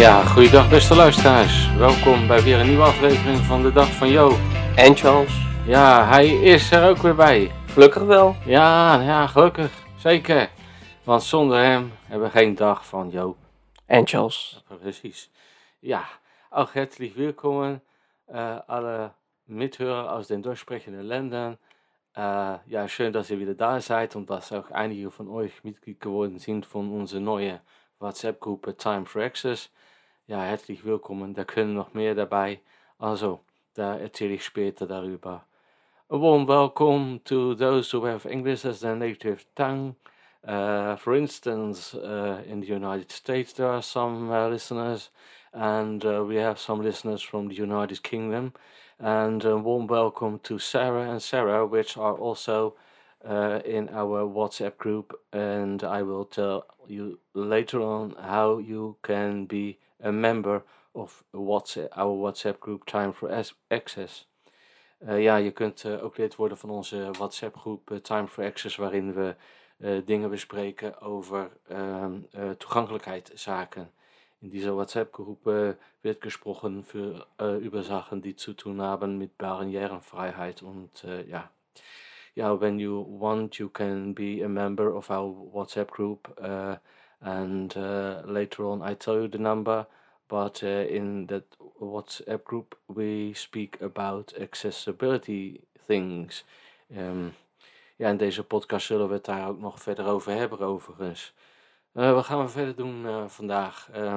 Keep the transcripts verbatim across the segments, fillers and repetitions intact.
Ja, goeiedag beste luisteraars. Welkom bij weer een nieuwe aflevering van de Dag van Jo. En Charles. Ja, hij is er ook weer bij. Gelukkig wel. Ja, ja, gelukkig. Zeker. Want zonder hem hebben we geen Dag van Jo. En Charles. Precies. Ja, auch herzlich willkommen äh, alle Mithörer aus den deutschsprechenden Ländern. Äh, ja, schön, dass ihr wieder da seid und dass auch einige von euch Mitglied geworden sind von unserer neuen WhatsApp-Gruppe Time for Access. Ja, herzlich willkommen, da können noch mehr dabei. Also, da erzähle ich später darüber. A warm welcome to those who have English as their native tongue. Uh, for instance, uh, in the United States there are some uh, listeners, and uh, we have some listeners from the United Kingdom. And a warm welcome to Sarah and Sarah, which are also uh, in our WhatsApp group. And I will tell you later on how you can be a member of WhatsApp, our WhatsApp group Time for Access. Uh, ja, je kunt uh, ook lid worden van onze WhatsApp groep uh, Time for Access, waarin we uh, dingen bespreken over uh, uh, toegankelijkheidszaken. In dieser WhatsApp-Gruppe wird gesprochen für, äh, über Sachen, die zu tun haben mit Barrierenfreiheit. Und äh, ja, ja, when you want, you can be a member of our WhatsApp group. Uh, and uh, later on, I tell you the number. But uh, in that WhatsApp group, we speak about accessibility things. Um, ja, in deze podcast zullen we het daar ook nog verder over hebben, overigens. Uh, wat gaan we verder doen uh, vandaag? Uh,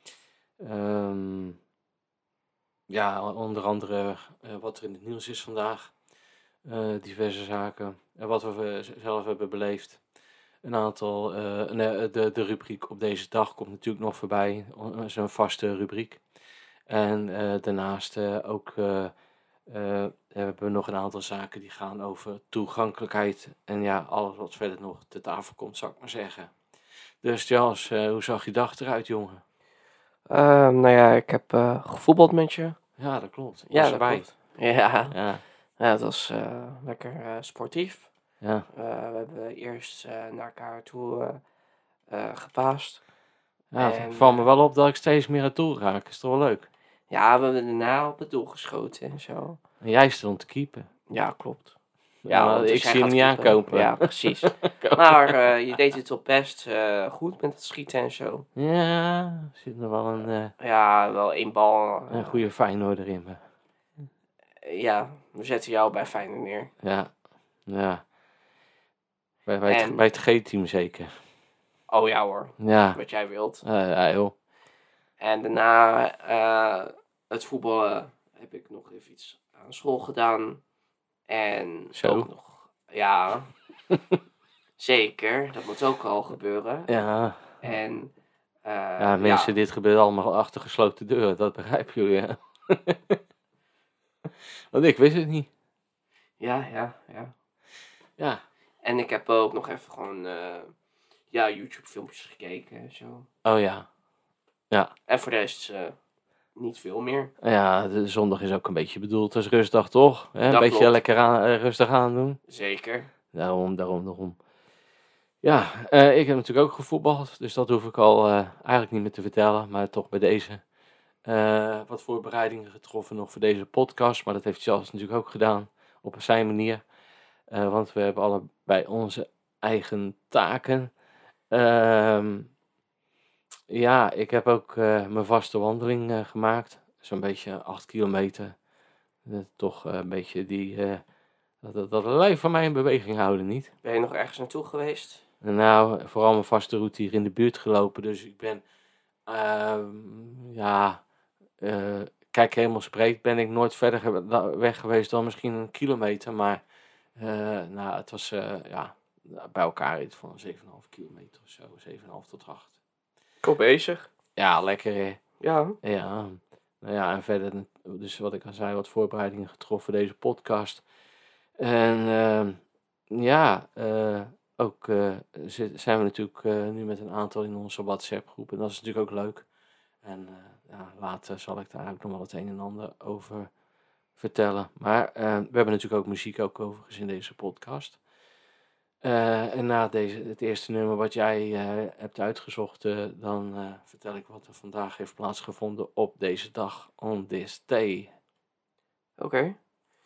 um, ja, onder andere uh, wat er in het nieuws is vandaag. Uh, diverse zaken. En wat we zelf hebben beleefd. Een aantal, uh, nee, de, de rubriek op deze dag komt natuurlijk nog voorbij. Dat is een vaste rubriek. En uh, daarnaast uh, ook uh, uh, hebben we nog een aantal zaken die gaan over toegankelijkheid. En ja, alles wat verder nog te tafel komt, zou ik maar zeggen. Dus Charles, uh, hoe zag je dag eruit, jongen? Uh, nou ja, ik heb uh, gevoetbald met je. Ja, dat klopt. Ja, dat dat erbij. klopt. Ja, Ja. ja het was uh, lekker uh, sportief. Ja. Uh, we hebben eerst uh, naar elkaar toe uh, uh, gepaast. Ja, En, het valt me wel op dat ik steeds meer aan het doel raak. Is toch wel leuk? Ja, we hebben daarna op het doel geschoten en zo. En jij stond te keepen. Ja, klopt. Ja, Ja, maar want ik zij zie hem gaat niet keepen. aankopen. Ja, precies. Maar uh, je deed het toch best uh, goed met het schieten en zo. Ja, er zit nog wel een, uh, Ja, wel één bal. Uh, een goede Feyenoord erin. Maar. Ja, we zetten jou bij Feyenoord neer. Ja, ja. Bij, bij, En- het, bij het G-team zeker. Oh ja hoor, Ja, wat jij wilt. uh, ja joh. En daarna uh, het voetballen heb ik nog even iets aan school gedaan. En Zo. ook nog, ja, zeker, dat moet ook al gebeuren. Ja, En uh, ja mensen, dit gebeurt allemaal achter gesloten deuren, dat begrijpen jullie, hè? Want ik wist het niet. Ja, ja, ja. Ja, En ik heb ook nog even gewoon, uh, ja, YouTube filmpjes gekeken en zo. oh ja. En voor de rest uh, niet veel meer. Ja, de zondag is ook een beetje bedoeld als rustdag, toch? Hè? Een Dat beetje klopt. lekker aan, uh, rustig aan doen. Zeker. Daarom, daarom, daarom. Ja, uh, ik heb natuurlijk ook gevoetbald, dus dat hoef ik al uh, eigenlijk niet meer te vertellen, maar toch bij deze. Uh, wat voorbereidingen getroffen nog voor deze podcast, maar dat heeft Charles natuurlijk ook gedaan, op zijn manier. Uh, want we hebben allebei onze eigen taken. Uh, ja, ik heb ook uh, mijn vaste wandeling uh, gemaakt, zo'n beetje acht kilometer. Uh, toch uh, een beetje die, uh, dat, dat, dat lijf van mij in beweging houden, niet? Ben je nog ergens naartoe geweest? Nou, vooral mijn vaste route hier in de buurt gelopen. Dus ik ben, uh, ja, uh, kijk helemaal spreekt ben ik nooit verder ge- weg geweest dan misschien een kilometer. Maar, uh, nou, het was, uh, ja, bij elkaar iets van zeven komma vijf kilometer of zo. zeven komma vijf tot acht. Kom bezig. Ja, lekker hè. Ja. Ja, nou ja, en verder, dus wat ik al zei, wat voorbereidingen getroffen voor deze podcast. En, uh, ja, uh, Ook uh, zijn we natuurlijk uh, nu met een aantal in onze WhatsApp groep. En dat is natuurlijk ook leuk. En uh, ja, later zal ik daar ook nog wel het een en ander over vertellen. Maar uh, we hebben natuurlijk ook muziek ook overigens in deze podcast. Uh, en na deze, het eerste nummer wat jij uh, hebt uitgezocht, uh, dan uh, vertel ik wat er vandaag heeft plaatsgevonden op deze dag, on this day. Oké. Okay.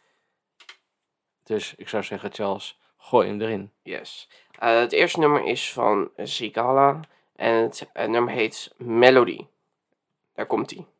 Dus ik zou zeggen, Charles, gooi hem erin. Yes. Uh, het eerste nummer is van Sigala en het uh, nummer heet Melody. Daar komt ie.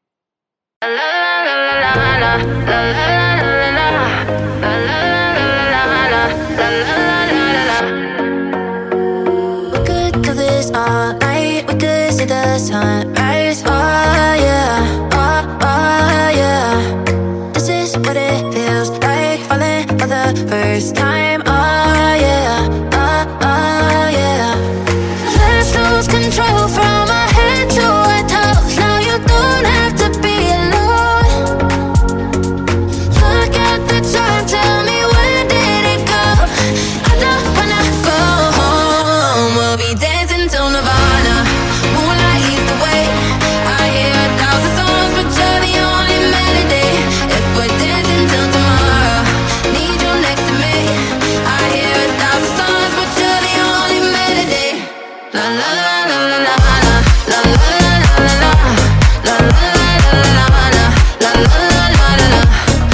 We could do this all night. We could see the sunrise. Oh yeah, oh, oh yeah. This is what it feels like, falling for the first time. Oh yeah, oh, oh yeah. Let's lose control from our head to our toes. Now you don't have to be alone. Look at the time, tell me when did it go? I don't wanna go home. We'll be dancing till Nirvana. Moonlight leads the way. I hear a thousand songs, but you're the only melody. If we're dancing till tomorrow, need you next to me. I hear a thousand songs, but you're the only melody. La la la la la la la la la la la la la la la la la la.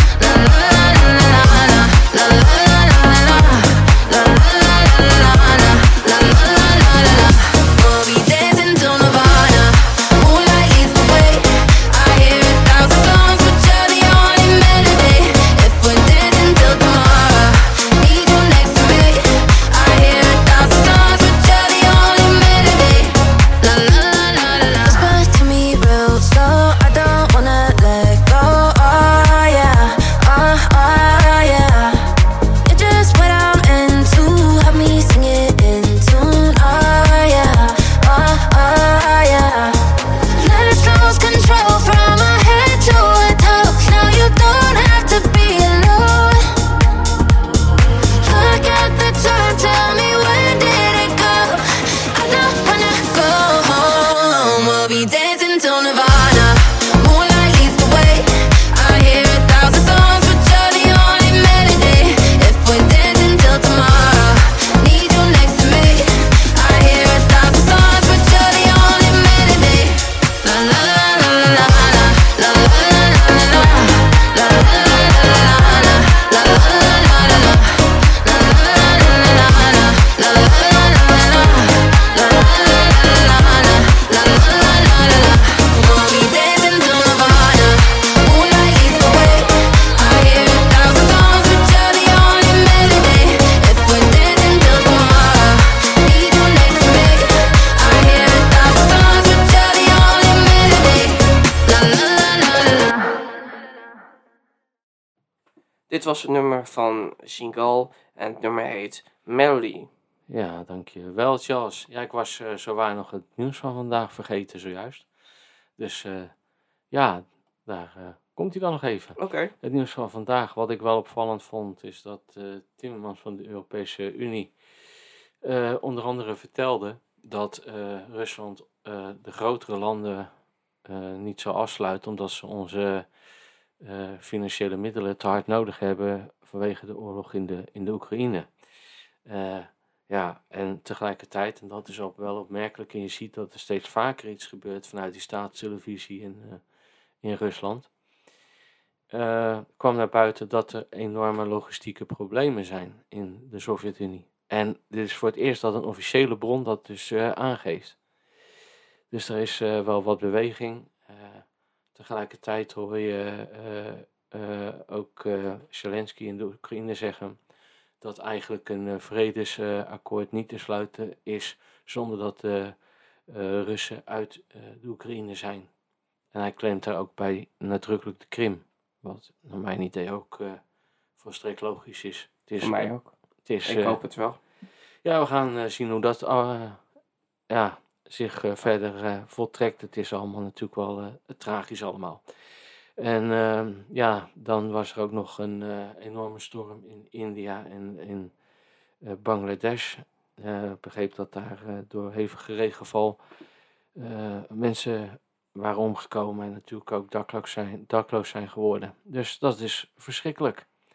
Dit was het nummer van Singal en het nummer heet Melody. Ja, dankjewel Charles. Ja, ik was uh, zowaar nog het nieuws van vandaag vergeten zojuist. Dus uh, ja, daar uh, komt hij dan nog even. Oké. Okay. Het nieuws van vandaag, wat ik wel opvallend vond, is dat uh, Timmermans van de Europese Unie uh, onder andere vertelde dat uh, Rusland uh, de grotere landen uh, niet zou afsluiten, omdat ze onze uh, financiële middelen te hard nodig hebben vanwege de oorlog in de, in de Oekraïne. Uh, ja, en tegelijkertijd, en dat is ook wel opmerkelijk, en je ziet dat er steeds vaker iets gebeurt vanuit die staatstelevisie in, uh, in Rusland, uh, kwam naar buiten dat er enorme logistieke problemen zijn in de Sovjet-Unie. En dit is voor het eerst dat een officiële bron dat dus uh, aangeeft. Dus er is uh, wel wat beweging. Uh, tegelijkertijd hoor je uh, uh, ook uh, Zelensky in de Oekraïne zeggen dat eigenlijk een uh, vredesakkoord uh, niet te sluiten is zonder dat de uh, uh, Russen uit uh, de Oekraïne zijn. En hij claimt daar ook bij nadrukkelijk de Krim. Wat naar mijn idee ook uh, volstrekt logisch is. Het is Voor mij ook. Het is, Ik uh, hoop het wel. Ja, we gaan uh, zien hoe dat uh, ja, zich uh, verder uh, voltrekt. Het is allemaal natuurlijk wel uh, tragisch allemaal. En uh, ja, dan was er ook nog een uh, enorme storm in India en in uh, Bangladesh. Uh, ik begreep dat daar uh, door hevige regenval uh, mensen waren omgekomen en natuurlijk ook dakloos zijn, dakloos zijn geworden. Dus dat is verschrikkelijk.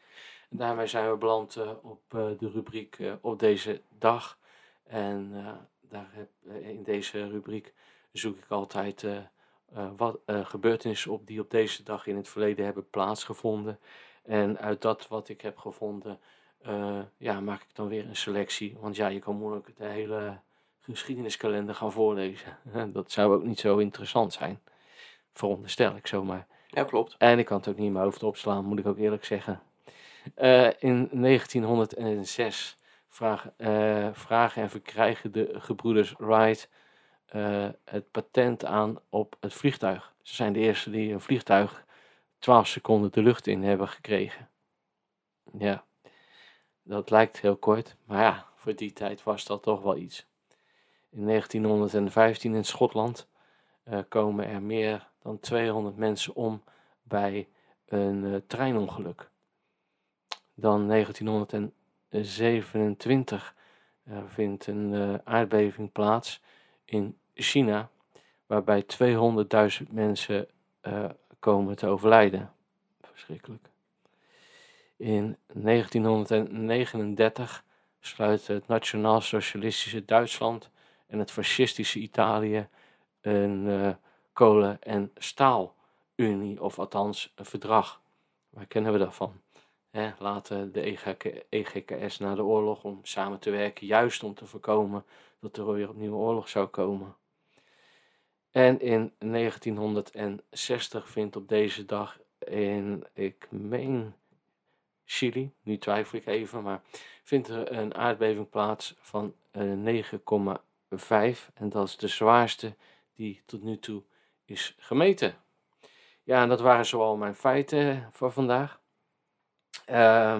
En daarmee zijn we beland uh, op uh, de rubriek uh, op deze dag. En uh, daar heb, uh, in deze rubriek zoek ik altijd uh, uh, wat uh, gebeurtenissen op die op deze dag in het verleden hebben plaatsgevonden. En uit dat wat ik heb gevonden, uh, ja, maak ik dan weer een selectie. Want ja, je kan moeilijk de hele geschiedeniskalender gaan voorlezen. Dat zou ook niet zo interessant zijn. Veronderstel ik zomaar. Ja, klopt. En ik kan het ook niet in mijn hoofd opslaan, moet ik ook eerlijk zeggen. Uh, in negentienhonderdzes vragen, uh, vragen en verkrijgen de gebroeders Wright uh, het patent aan op het vliegtuig. Ze zijn de eerste die een vliegtuig twaalf seconden de lucht in hebben gekregen. Ja, dat lijkt heel kort, maar ja, voor die tijd was dat toch wel iets. In negentienhonderdvijftien in Schotland uh, komen er meer dan tweehonderd mensen om bij een uh, treinongeluk. Dan negentienhonderdzevenentwintig uh, vindt een uh, aardbeving plaats in China, waarbij tweehonderdduizend mensen uh, komen te overlijden. Verschrikkelijk. In negentienhonderdnegenendertig sluiten het nationaal-socialistische Duitsland en het fascistische Italië een uh, kolen- en staalunie, of althans een verdrag. Waar kennen we dat van? Hè, laten de E G K S na de oorlog om samen te werken, juist om te voorkomen dat er weer opnieuw oorlog zou komen. En in negentienhonderdzestig vindt op deze dag in, ik meen, Chili, nu twijfel ik even, maar vindt er een aardbeving plaats van uh, negen komma vijf. En dat is de zwaarste die tot nu toe is gemeten. Ja, en dat waren zoal mijn feiten voor vandaag. Uh,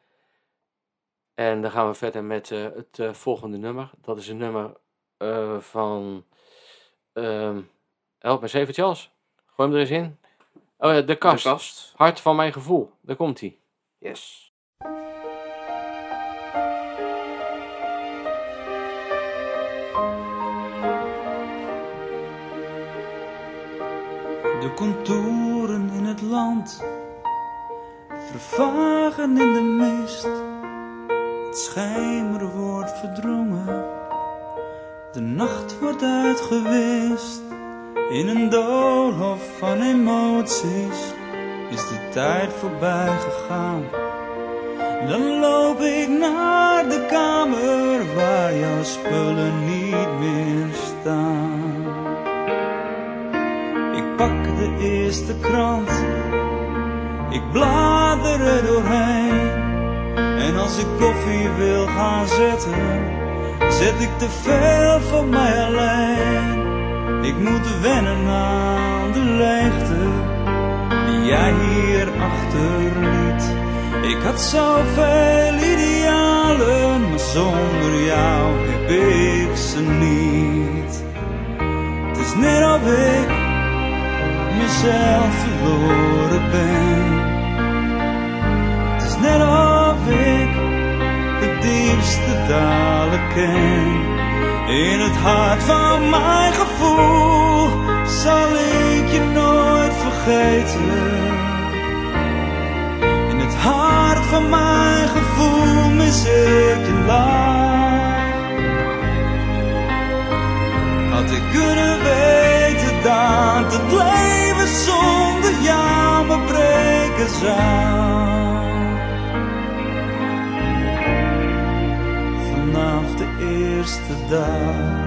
en dan gaan we verder met uh, het uh, volgende nummer. Dat is een nummer uh, van... Uh, help me eens even, Charles. Gooi hem er eens in. Oh ja, de kast. De kast. Hart van mijn gevoel. Daar komt hij. Yes. De contouren in het land vervagen in de mist. Het schijmer wordt verdrongen. De nacht wordt uitgewist. In een doolhof van emoties is de tijd voorbij gegaan. Dan loop ik naar de kamer waar jouw spullen niet meer staan. Ik pak de eerste krant, ik blader er doorheen. En als ik koffie wil gaan zetten, zet ik te veel voor mij alleen. Ik moet wennen aan de leegte die jij hier achterliet. Ik had zoveel idealen, maar zonder jou heb ik ze niet. Het is net of ik mezelf verloren ben. Het is net of ik de diepste dalen ken. In het hart van mijn gevoel zal ik je nooit vergeten. In het hart van mijn gevoel mis ik je lach. Had ik kunnen weten dat het leven zonder jou me breken zou. Vanaf de eerste dag.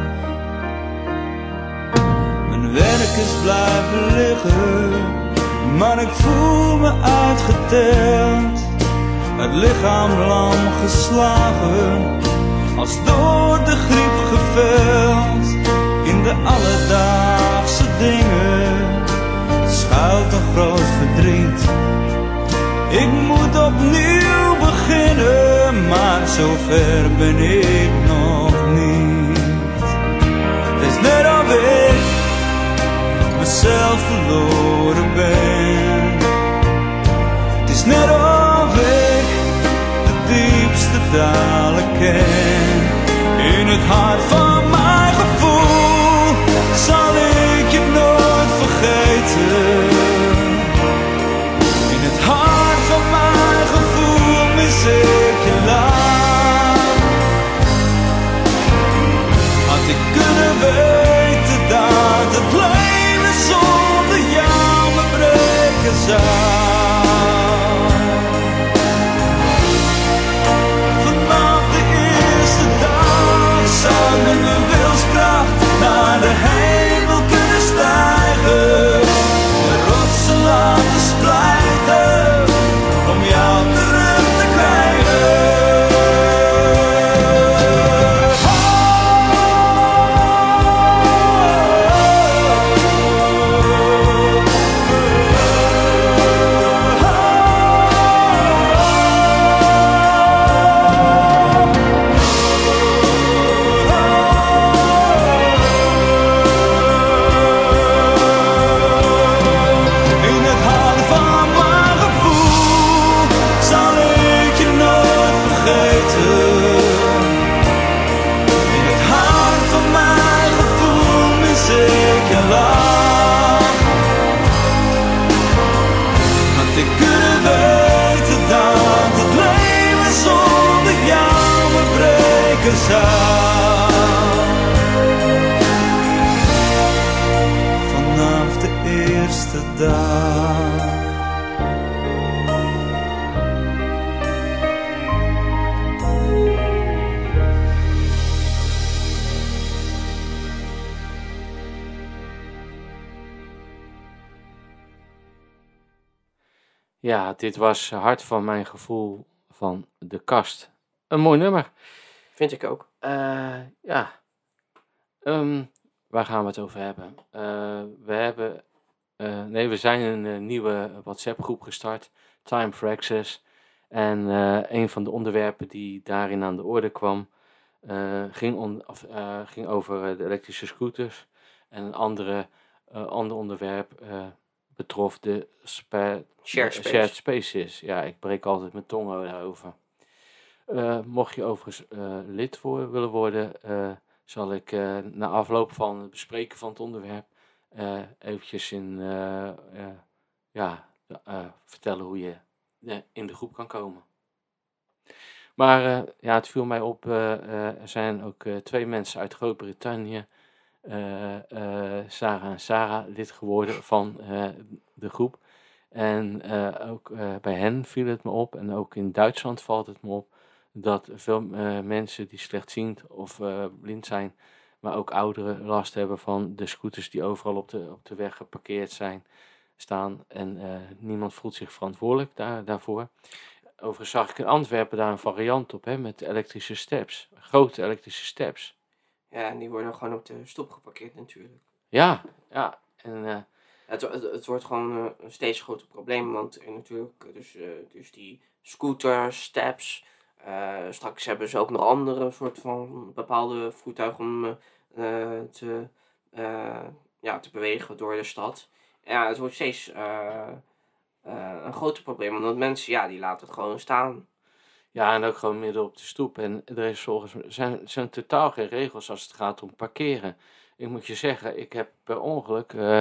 Mijn werk is blijven liggen, maar ik voel me uitgeteld. Het lichaam lam geslagen, als door de griep geveld. In de alledaagse dingen schuilt een groot verdriet. Ik moet opnieuw beginnen, maar zover ben ik nog niet. Het is net of ik mezelf verloren ben. Het is net of ik de diepste dalen ken. In het hart van mijn gevoel zal ik je nooit vergeten. In het hart van mijn gevoel bekerzaal. Vanaf de eerste dag. Ja, dit was Hart van mijn gevoel van De Kast. Een mooi nummer. Vind ik ook. Uh, ja. Um, waar gaan we het over hebben? Uh, we hebben... Uh, nee, we zijn een uh, nieuwe WhatsApp-groep gestart. Time for Access. En uh, een van de onderwerpen die daarin aan de orde kwam... Uh, ging, on, of, uh, ging over uh, de elektrische scooters. En een andere, uh, ander onderwerp... Uh, betrof de spa- shared, space. shared spaces. Ja, ik breek altijd mijn tong daarover. Uh, mocht je overigens uh, lid voor willen worden, uh, zal ik uh, na afloop van het bespreken van het onderwerp uh, eventjes in, uh, uh, ja, uh, vertellen hoe je uh, in de groep kan komen. Maar uh, ja, het viel mij op, uh, uh, er zijn ook uh, twee mensen uit Groot-Brittannië, Uh, uh, Sarah en Sarah lid geworden van uh, de groep. En uh, ook uh, bij hen viel het me op, en ook in Duitsland valt het me op, dat veel uh, mensen die slechtziend of uh, blind zijn, maar ook ouderen last hebben van de scooters die overal op de, op de weg geparkeerd zijn, staan. En uh, niemand voelt zich verantwoordelijk daar, daarvoor. Overigens zag ik in Antwerpen daar een variant op, hè, met elektrische steps. Grote elektrische steps. Ja, en die worden gewoon op de stoep geparkeerd natuurlijk. Ja, ja. En, uh, het, het, het wordt gewoon uh, een steeds groter probleem, want er natuurlijk dus, uh, dus die scooters, steps, uh, straks hebben ze ook nog andere soort van bepaalde voertuigen om uh, te, uh, ja, te bewegen door de stad. Ja, het wordt steeds uh, uh, een groter probleem, omdat mensen, ja, die laten het gewoon staan. Ja, en ook gewoon midden op de stoep. En er is volgens mij, zijn, zijn totaal geen regels als het gaat om parkeren. Ik moet je zeggen, ik heb per ongeluk, uh,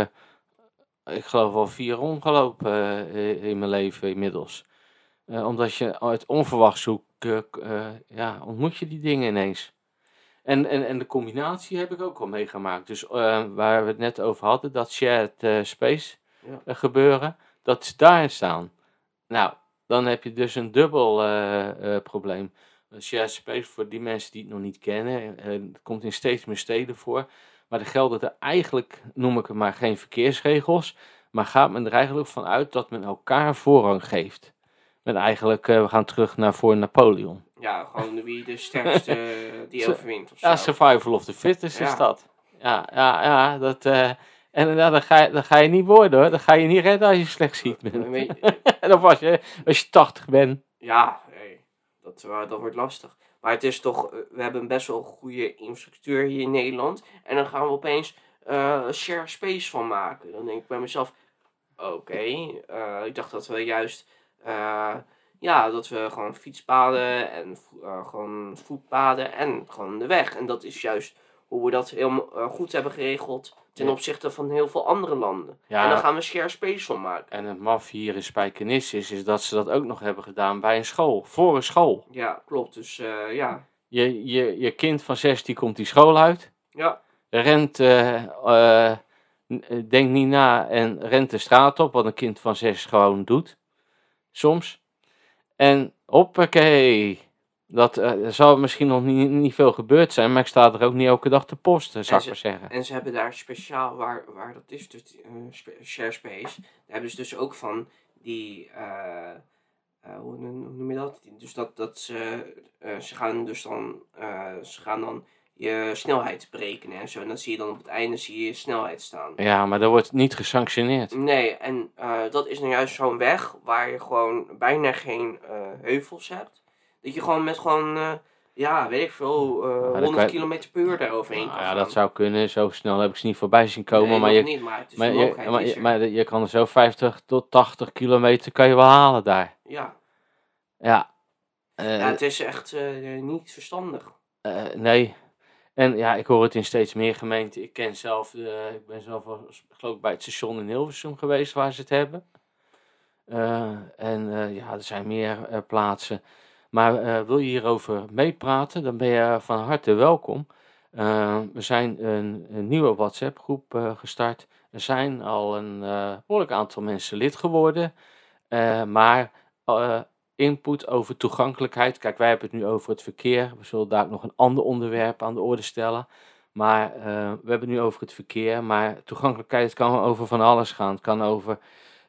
ik geloof wel vier omgelopen uh, in mijn leven inmiddels. Uh, omdat je uit onverwachts zoekt, uh, uh, ja, ontmoet je die dingen ineens. En, en, en de combinatie heb ik ook al meegemaakt. Dus uh, waar we het net over hadden, dat shared uh, space ja. uh, gebeuren, dat is daarin staan. Nou, dan heb je dus een dubbel uh, uh, probleem. Shared space, voor die mensen die het nog niet kennen, uh, het komt in steeds meer steden voor. Maar er gelden er eigenlijk, noem ik het maar, geen verkeersregels. Maar gaat men er eigenlijk van uit dat men elkaar voorrang geeft. Men eigenlijk, uh, we gaan terug naar voor Napoleon. Ja, gewoon wie de sterkste die overwint. Of zo. Ja, survival of the fittest ja. is dat. Ja, ja, ja. Dat, uh, en uh, dan, ga je, dan ga je niet worden hoor. Dan ga je niet redden als je slecht ziet bent. En of als je, als je tachtig bent. Ja, nee, dat, uh, dat wordt lastig. Maar het is toch, uh, we hebben best wel een goede infrastructuur hier in Nederland. En dan gaan we opeens uh, share space van maken. Dan denk ik bij mezelf, oké, okay, uh, ik dacht dat we juist... Uh, Ja, dat we gewoon fietspaden en uh, gewoon voetpaden en gewoon de weg. En dat is juist hoe we dat heel uh, goed hebben geregeld ten ja. opzichte van heel veel andere landen. Ja, en dan gaan we share space van maken. En het maf hier in Spijkenisse is, is dat ze dat ook nog hebben gedaan bij een school. Voor een school. Ja, klopt. Dus uh, ja. Je, je, je kind van zes die komt die school uit. Ja. Rent, uh, uh, denkt niet na en rent de straat op. Wat een kind van zes gewoon doet. Soms. En hoppakee, dat uh, zal misschien nog niet, niet veel gebeurd zijn, maar ik sta er ook niet elke dag te posten, zou ik maar zeggen. En ze hebben daar speciaal, waar, waar dat is, dus die, uh, sp- share space, daar hebben ze dus ook van die, uh, uh, hoe, hoe noem je dat? Dus dat, dat ze, uh, ze gaan dus dan, uh, ze gaan dan je snelheid berekenen en zo. En dan zie je dan op het einde zie je, je snelheid staan. Ja, maar dat wordt niet gesanctioneerd. Nee, en uh, dat is nou juist zo'n weg waar je gewoon bijna geen uh, heuvels hebt. Dat je gewoon met gewoon, uh, ja, weet ik veel, uh, honderd kilometer per uur daaroverheen nou, kan ja, gaan. dat zou kunnen. Zo snel heb ik ze niet voorbij zien komen. Nee, maar nog je, niet, maar het is maar, een je, mogelijkheid, maar, is je, er. maar je kan er zo vijftig tot tachtig kilometer kan je wel halen daar. Ja. Ja. Uh, ja, het is echt uh, niet verstandig. Uh, nee. En ja, ik hoor het in steeds meer gemeenten. Ik ken zelf, uh, ik ben zelf wel, geloof ik, bij het station in Hilversum geweest waar ze het hebben. Uh, en uh, ja, er zijn meer uh, plaatsen. Maar uh, wil je hierover meepraten, dan ben je van harte welkom. Uh, we zijn een, een nieuwe WhatsApp-groep uh, gestart. Er zijn al een uh, behoorlijk aantal mensen lid geworden. Uh, maar uh, input over toegankelijkheid. Kijk, wij hebben het nu over het verkeer. We zullen daar ook nog een ander onderwerp aan de orde stellen. Maar uh, we hebben het nu over het verkeer. Maar toegankelijkheid kan over van alles gaan. Het kan over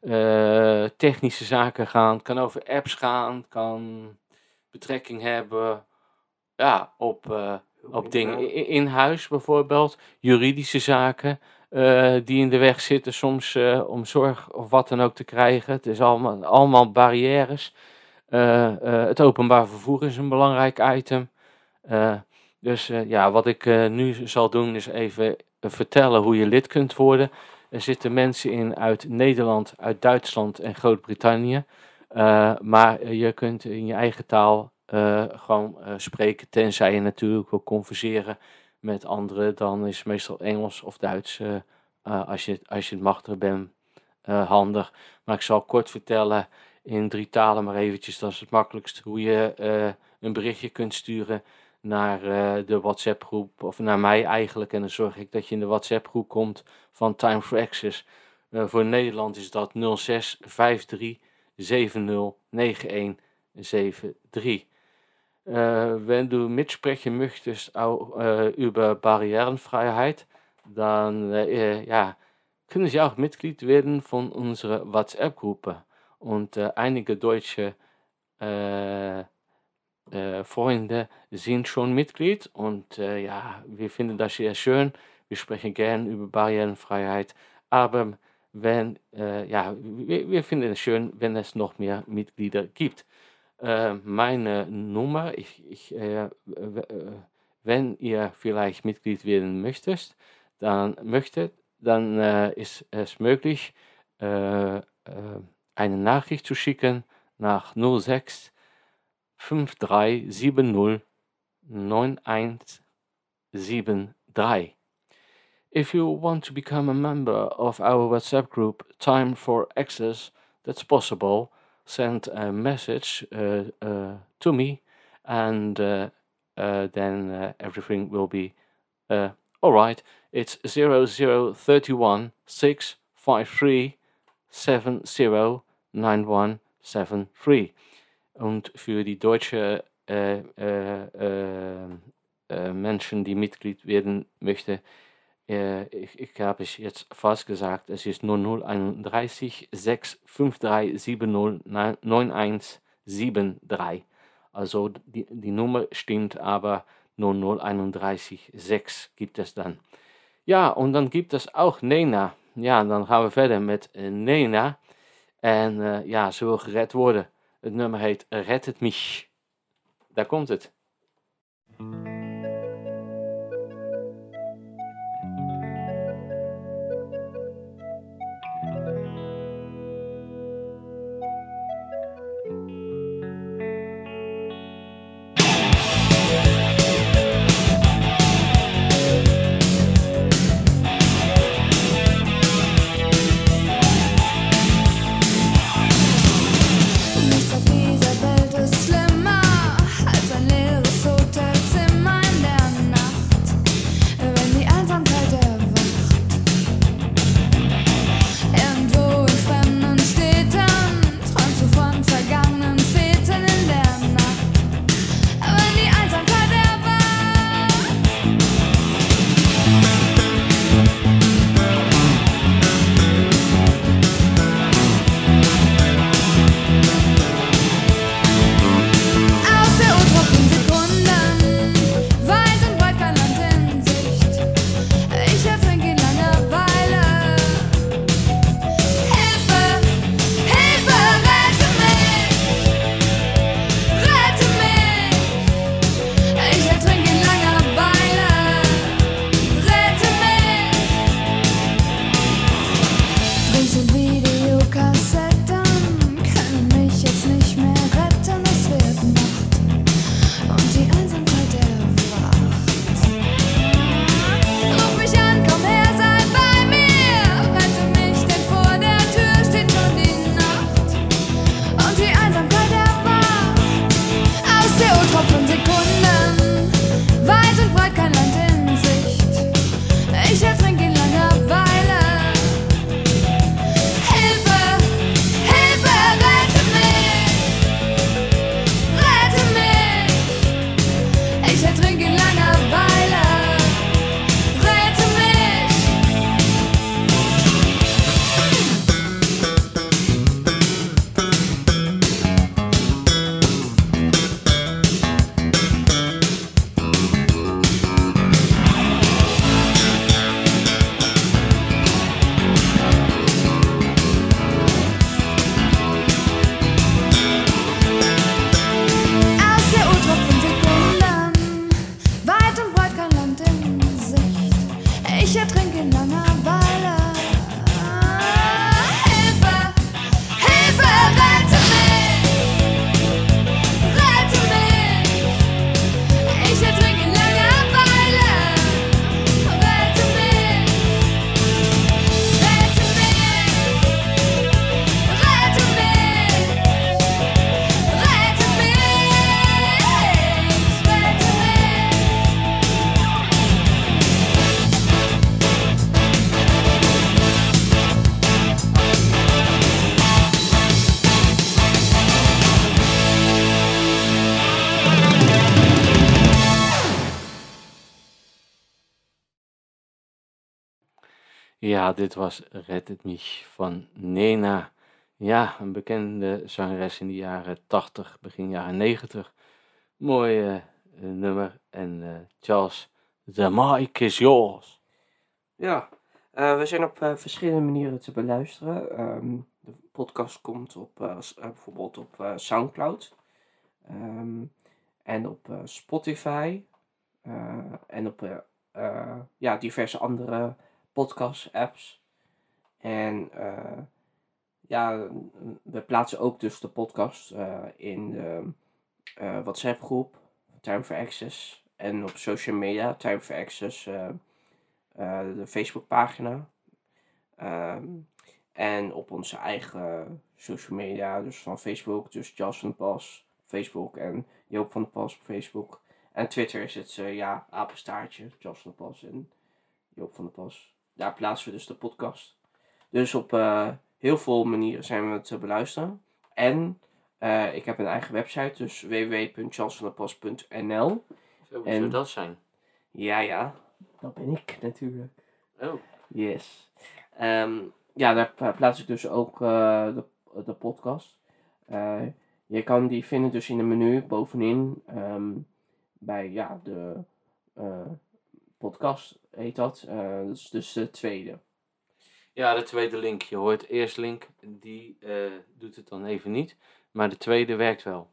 uh, technische zaken gaan. Het kan over apps gaan. Het kan betrekking hebben ja, op, uh, op dingen in, in huis bijvoorbeeld. Juridische zaken uh, die in de weg zitten soms uh, om zorg of wat dan ook te krijgen. Het is allemaal, allemaal barrières. Uh, uh, het openbaar vervoer is een belangrijk item. Uh, dus uh, ja, wat ik uh, nu zal doen is even uh, vertellen hoe je lid kunt worden. Er zitten mensen in uit Nederland, uit Duitsland en Groot-Brittannië. Uh, maar uh, je kunt in je eigen taal uh, gewoon uh, spreken, tenzij je natuurlijk wil converseren met anderen. Dan is meestal Engels of Duits, uh, uh, als, je, als je het machtig bent, uh, handig. Maar ik zal kort vertellen in drie talen maar eventjes, dat is het makkelijkst, hoe je uh, een berichtje kunt sturen naar uh, de WhatsApp-groep, of naar mij eigenlijk. En dan zorg ik dat je in de WhatsApp-groep komt van Time for Access. Uh, voor Nederland is dat nul zes vijf drie zeven nul negen een zeven drie. Uh, wenn du mitsprechen möchtest auch uh, über Barrierenfreiheit, dann uh, ja, können Sie auch Mitglied werden von unserer WhatsApp-Gruppe. Und uh, einige deutsche uh, uh, Freunde sind schon Mitglied. Und uh, ja, wir finden das sehr schön. Wir sprechen gern über Barrierenfreiheit. Aber wenn, uh, ja, wir, wir finden es schön, wenn es noch mehr Mitglieder gibt. Uh, meine Nummer, ich, ich, uh, uh, wenn ihr vielleicht Mitglied werden möchtet, dann, möchtet, dann uh, ist es möglich, uh, uh, eine Nachricht zu schicken nach nul sechs fünf drei sieben null neun eins sieben drei. If you want to become a member of our WhatsApp group Time for Access, that's possible. Send a message uh, uh, to me, and uh, uh, then uh, everything will be uh, all right. It's zero zero three one six five three seven zero nine one seven three. Und für die deutsche äh, äh, äh, äh, Menschen, die Mitglied werden möchten, äh, ich, ich habe es jetzt fast gesagt, es ist null null einunddreißig sechs fünf drei sieben null neun eins sieben drei. Also die, die Nummer stimmt, aber null null einunddreißig sechs gibt es dann. Ja, und dann gibt es auch Nena. Ja, dan gaan we verder met uh, Nena. En uh, ja, ze wil gered worden. Het nummer heet Red het mich. Daar komt het. Dieser Welt ist schlimmer als ein Leben. Tropfen Sekunden, weit und breit kein Land in Sicht. Ich ertrink in Langeweile. Hilfe, Hilfe, rette mich, rette mich. Ich ertrink in Langeweile, rette mich. Aus der U-Tropfen Sekunden, weit und breit kein Land in Sicht. Ich ertrink in Langeweile. Hilfe, Hilfe, rette mich, rette mich. Ich ertrink in Langeweile. Rette mich, rette mich, rette mich, rette mich, rette mich. Ja, dit was Red het mich van Nena. Ja, een bekende zangeres in de jaren tachtig, begin jaren negentig. Mooi eh, eh, nummer. En eh, Charles, the mic is yours. Ja, eh, we zijn op eh, verschillende manieren te beluisteren. Ehm, de podcast komt op eh, s- eh, bijvoorbeeld op eh, Soundcloud. Ehm, en op eh, Spotify. eh, en op eh, eh, ja, diverse andere podcast apps. En eh, ja, we plaatsen ook dus de podcast eh, in de eh, WhatsApp groep Time for Access. En op social media Time for Access. eh, eh, de Facebookpagina. Ehm, en op onze eigen social media, dus van Facebook, dus Charles van der Pas, Facebook en Joop van der Pas op Facebook. En Twitter is het, eh, ja, apenstaartje, Charles van der Pas en Joop van der Pas. Daar plaatsen we dus de podcast. Dus op eh, heel veel manieren zijn we te beluisteren. En eh, ik heb een eigen website, dus w w w punt charles van der pas punt n l. Zo En- zou dat zijn. Ja, ja, dat ben ik natuurlijk. Oh. Yes. Ehm, ja, daar pla- plaats ik dus ook eh, de, de podcast. Eh, je kan die vinden dus in de menu bovenin. ehm, bij ja, de eh, podcast heet dat. Eh, dat is dus de tweede. Ja, de tweede link. Je hoort eerst link, die eh, doet het dan even niet. Maar de tweede werkt wel.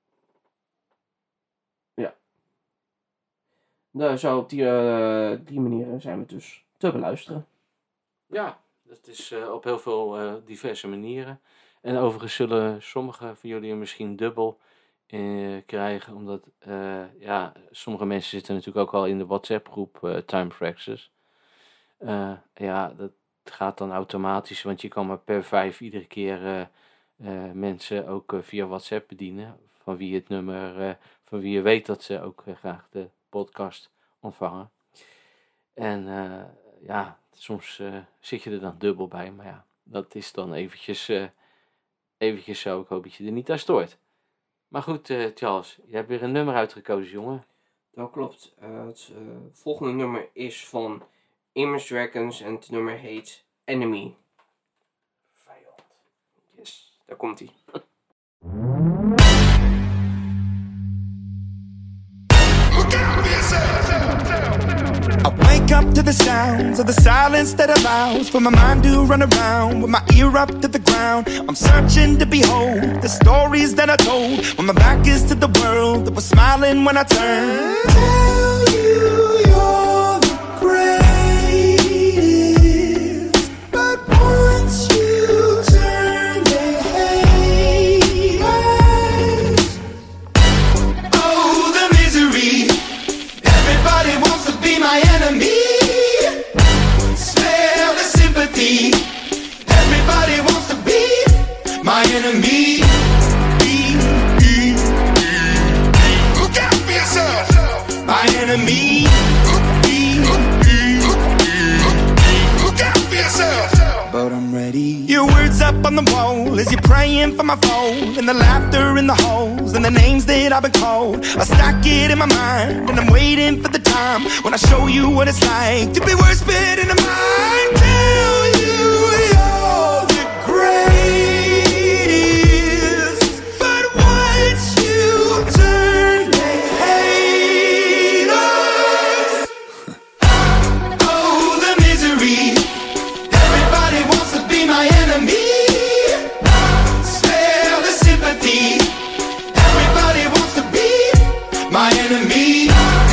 Nou, zo op die, eh, die manieren zijn we dus te beluisteren. Ja, dat is eh, op heel veel eh, diverse manieren. En overigens zullen sommigen van jullie er misschien dubbel eh, krijgen. Omdat eh, ja, sommige mensen zitten natuurlijk ook al in de WhatsApp groep eh, Time for Access. Eh, ja, dat gaat dan automatisch. Want je kan maar per vijf iedere keer eh, eh, mensen ook eh, via WhatsApp bedienen. Van wie het nummer, eh, van wie je weet dat ze ook eh, graag de podcast ontvangen. En eh, ja, soms eh, zit je er dan dubbel bij. Maar ja, dat is dan eventjes, eh, eventjes zo. Ik hoop dat je er niet aan stoort. Maar goed, eh, Charles, je hebt weer een nummer uitgekozen, jongen. Dat klopt. Eh, het eh, volgende nummer is van Image Dragons en het nummer heet Enemy. Vijand. Yes, daar komt ie. I wake up to the sounds of the silence that allows for my mind to run around with my ear up to the ground. I'm searching to behold the stories that I told when my back is to the world that was smiling when I turned. Tell you you're the greatest, but once you turn they hate us. Oh, the misery. Everybody wants to be my enemy. Smell the sympathy. Everybody wants to be my enemy. Be, be, be. Look out! enemy. Look out for yourself. But I'm ready. Your words up on the wall as you're praying for my phone, and the laughter in the halls and the names that I've been called. I stack it in my mind and I'm waiting for the time when I show you what it's like to be worse fit in the mind. Tell you you're the greatest, but once you turn they hate us. Oh, the misery. Everybody wants to be my enemy. Spare the sympathy. Everybody wants to be my enemy.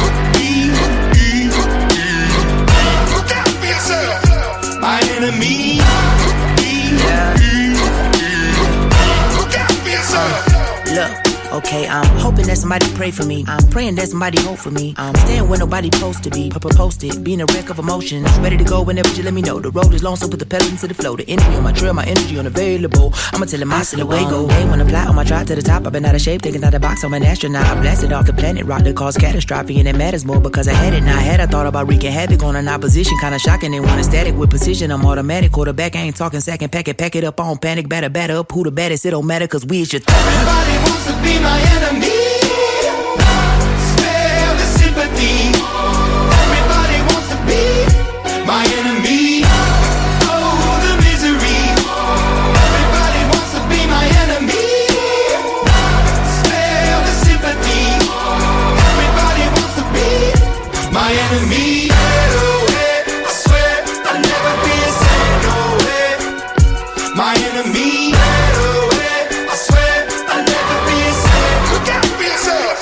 Look out for yourself. My enemy. Look out for yourself. Look, okay, I'm hoping that somebody pray for me. I'm praying that somebody hope for me. I'm staying where nobody supposed to be. Posted, being a wreck of emotions. Ready to go whenever you let me know. The road is long, so put the pedal into the flow. The energy on my trail, my energy unavailable. I'ma tell him I still away go. Hey, when I fly on my drive to the top, I've been out of shape, taking out the box. I'm an astronaut. I blasted off the planet, rock that caused catastrophe, and it matters more because I had it. Now I had I thought about wreaking havoc on an opposition, kinda shocking. They want a static with precision. I'm automatic, quarterback. I ain't talking second pack it, pack it up on panic, batter, batter up. Who the baddest? It don't matter, cause we is your th- Everybody wants to be my enemy. Spare the sympathy. Everybody wants to be my enemy. Oh, the misery. Everybody wants to be my enemy. Spare the sympathy. Everybody wants to be my enemy. No way, I swear I'll never be the same. No way, my enemy. No way, I swear I'll never be the same. Look out for yourself.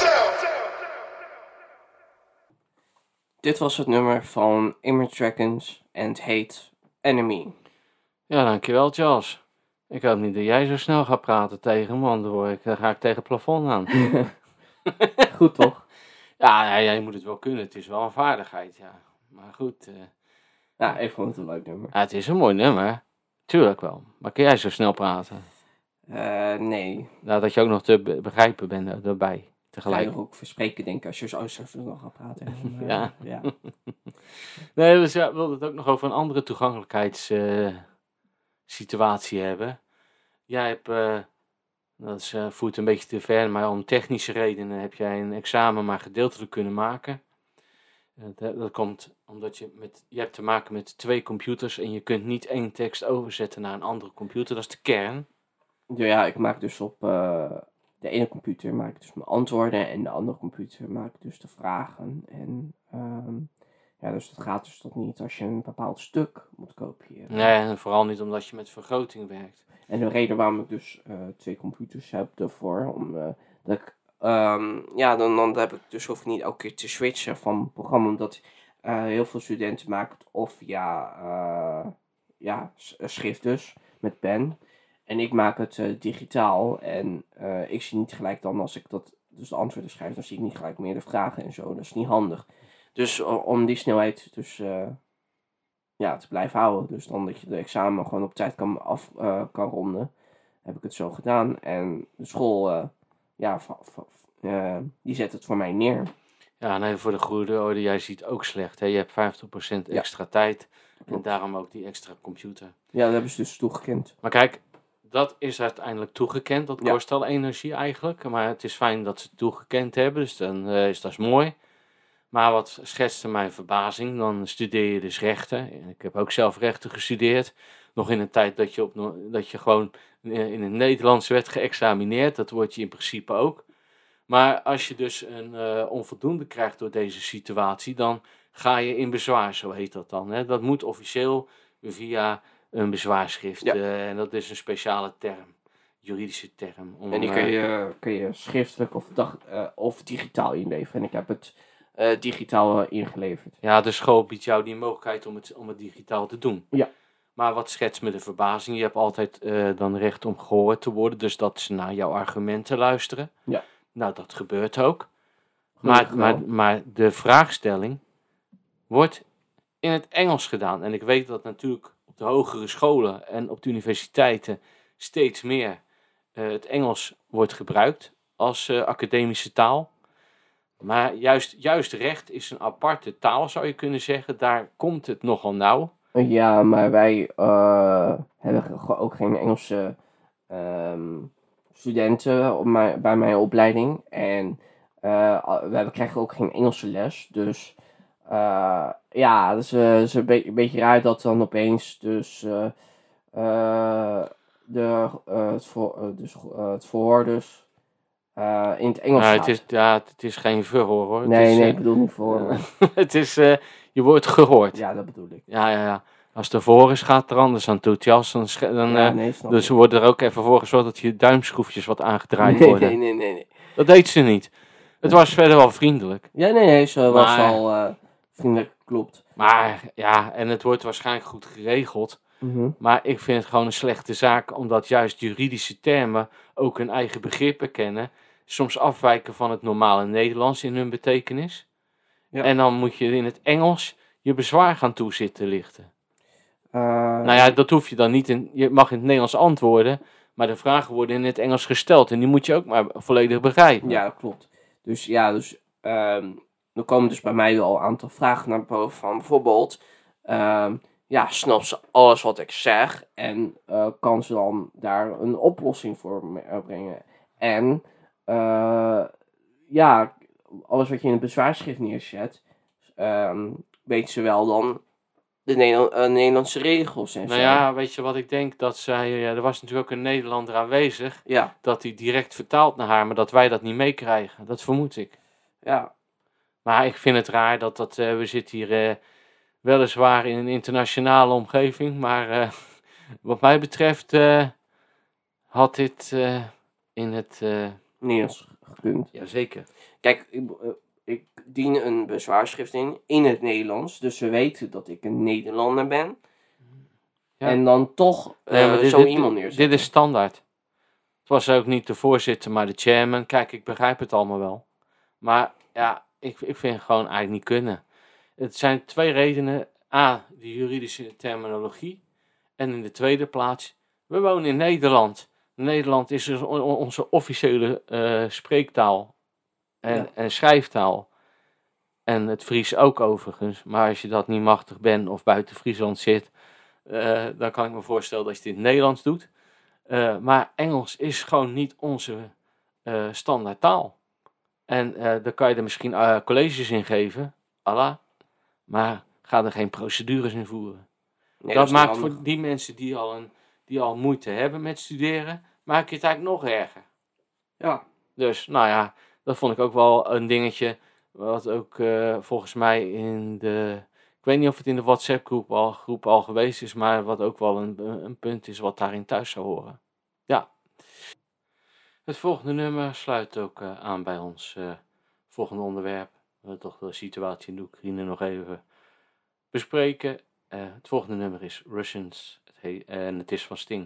Dit was het nummer van Image Dragons en het heet Enemy. Ja, dankjewel Charles. Ik hoop niet dat jij zo snel gaat praten tegen hem, want dan, word ik, dan ga ik tegen het plafond aan. Goed toch? Ja, ja, ja, je moet het wel kunnen. Het is wel een vaardigheid, ja. Maar goed. Uh, Ja, ik vond het een leuk nummer. ja, het is een mooi nummer. Tuurlijk wel. Maar kun jij zo snel praten? Uh, nee. Nou, dat je ook nog te be- begrijpen bent uh, daarbij. Ga je Tegelijk. nog ook verspreken, denk ik, als je zo nog gaat praten. En, uh, Ja. ja. Nee, dus ja, we wilden het ook nog over een andere toegankelijkheidssituatie uh, hebben. Jij hebt, uh, dat is, uh, voert een beetje te ver, maar om technische redenen heb jij een examen maar gedeeltelijk kunnen maken. Uh, dat, dat komt omdat je met, je hebt te maken met twee computers en je kunt niet één tekst overzetten naar een andere computer. Dat is de kern. Ja, ik maak dus op uh, de ene computer maak ik dus mijn antwoorden en de andere computer maak ik dus de vragen. En um, ja, dus dat gaat dus toch niet als je een bepaald stuk moet kopiëren. Nee, en vooral niet omdat je met vergroting werkt. En de reden waarom ik dus uh, twee computers heb ervoor, om uh, dat ik, um, ja, dan, dan heb ik dus hoef ik niet elke keer te switchen van programma, omdat uh, heel veel studenten maken het of via uh, ja, schrift dus, met pen. En ik maak het uh, digitaal en uh, ik zie niet gelijk dan als ik dat, dus de antwoorden schrijf, dan zie ik niet gelijk meer de vragen en zo. Dat is niet handig. Dus uh, om die snelheid dus uh, ja, te blijven houden, dus dan dat je de examen gewoon op tijd kan af uh, kan ronden, heb ik het zo gedaan. En de school, uh, ja, v- v- uh, die zet het voor mij neer. Ja, nee, voor de goede orde, jij ziet ook slecht. Hè? Je hebt vijftig procent extra ja. tijd en Klopt. Daarom ook die extra computer. Ja, dat hebben ze dus toegekend. Maar kijk, dat is uiteindelijk toegekend. Dat Ja. kost al energie eigenlijk. Maar het is fijn dat ze het toegekend hebben, dus dan uh, is dat mooi. Maar wat schetste mijn verbazing, dan studeer je dus rechten. Ik heb ook zelf rechten gestudeerd. Nog in een tijd dat je, op, dat je gewoon in het Nederlands werd geëxamineerd. Dat word je in principe ook. Maar als je dus een uh, onvoldoende krijgt door deze situatie, dan ga je in bezwaar, zo heet dat dan. Hè? Dat moet officieel via een bezwaarschrift. Ja. Uh, en dat is een speciale term, juridische term. Om, En die kun uh, je, kun je schriftelijk of, dag, uh, of digitaal inleveren. En ik heb het uh, digitaal uh, ingeleverd. Ja, de school biedt jou die mogelijkheid om het, om het digitaal te doen. Ja. Maar wat schetst me de verbazing? Je hebt altijd uh, dan recht om gehoord te worden. Dus dat ze naar jouw argumenten luisteren. Ja. Nou, dat gebeurt ook. Maar, maar, maar de vraagstelling wordt in het Engels gedaan. En ik weet dat natuurlijk op de hogere scholen en op de universiteiten steeds meer uh, het Engels wordt gebruikt als uh, academische taal. Maar juist, juist recht is een aparte taal, zou je kunnen zeggen. Daar komt het nogal nauw. Ja, maar wij uh, hebben ge- ook geen Engelse um, studenten op mijn, bij mijn opleiding. En uh, we hebben, krijgen ook geen Engelse les. Dus uh, ja, het is, uh, het is een, be- een beetje raar dat dan opeens dus, uh, uh, de, uh, het, voor, uh, dus uh, het verhoor dus uh, in het Engels Nou, gaat. het, is, ja, het is geen verhoor hoor. Het Nee, is, nee, uh, ik bedoel niet verhoor. het is, uh, je wordt gehoord. Ja, Ja, dat bedoel ik. ja, ja. Als de verhoor is, gaat er anders aan toe. Tjas, dan, sche- dan, Ja, uh, nee, snap dus ik. wordt er ook even voor gezorgd dat je duimschroefjes wat aangedraaid Nee, worden. nee, nee, nee, nee. Dat deed ze niet. Het was verder wel vriendelijk. Ja, nee, nee, ze was Maar- al uh, vriendelijk, klopt. Maar ja, en het wordt waarschijnlijk goed geregeld. Mhm. Maar ik vind het gewoon een slechte zaak, omdat juist juridische termen ook hun eigen begrippen kennen. Soms afwijken van het normale Nederlands in hun betekenis. Ja. En dan moet je in het Engels je bezwaar gaan toezitten lichten. Uh, Nou ja, dat hoef je dan niet in. Je mag in het Nederlands antwoorden, maar de vragen worden in het Engels gesteld. En die moet je ook maar volledig begrijpen. Ja, dat klopt. Dus ja, dus um, er komen dus bij mij wel een aantal vragen naar boven van bijvoorbeeld, um, ja, snapt ze alles wat ik zeg en uh, kan ze dan daar een oplossing voor me- uh, brengen? En uh, ja, alles wat je in het bezwaarschrift neerzet, um, weet ze wel dan de Nederland, uh, Nederlandse regels en Nou zo. ja, weet je wat ik denk? Dat zij, ja, er was natuurlijk ook een Nederlander aanwezig, Ja, dat hij direct vertaalt naar haar, maar dat wij dat niet meekrijgen. Dat vermoed ik. ja. Maar ik vind het raar dat dat, uh, we zitten hier uh, weliswaar in een internationale omgeving, maar uh, wat mij betreft uh, had dit uh, in het... Uh, Nederlands gekund. Jazeker. Kijk, ik, uh, ik dien een bezwaarschrift in, in het Nederlands. Dus ze weten dat ik een Nederlander ben. Ja. En dan toch uh, Nee, maar dit, zo dit- iemand dit, neerzetten. dit is standaard. Het was ook niet de voorzitter, maar de chairman. Kijk, ik begrijp het allemaal wel. Maar ja, ik, ik vind het gewoon eigenlijk niet kunnen. Het zijn twee redenen. A, de juridische terminologie. En in de tweede plaats, we wonen in Nederland. Nederland is dus on- on- onze officiële eh, spreektaal en, Ja. en schrijftaal. En het Fries ook overigens. Maar als je dat niet machtig bent of buiten Friesland zit, eh, dan kan ik me voorstellen dat je dit in het Nederlands doet. Eh, maar Engels is gewoon niet onze eh standaard taal. En eh daar kan je er misschien eh, colleges in geven, Allah. Maar ga er geen procedures in voeren. Nee, dat is niet maakt handig. voor die mensen die al, een, die al moeite hebben met studeren, maak je het eigenlijk nog erger. Ja. Dus, nou ja, dat vond ik ook wel een dingetje. Wat ook eh, volgens mij in de... Ik weet niet of het in de WhatsApp-groep al, groep al geweest is, maar wat ook wel een, een punt is wat daarin thuis zou horen. Ja. Het volgende nummer sluit ook uh, aan bij ons uh, volgende onderwerp. We willen toch de situatie in de Oekraïne nog even bespreken. Uh, het volgende nummer is Russians het he- en het is van Sting.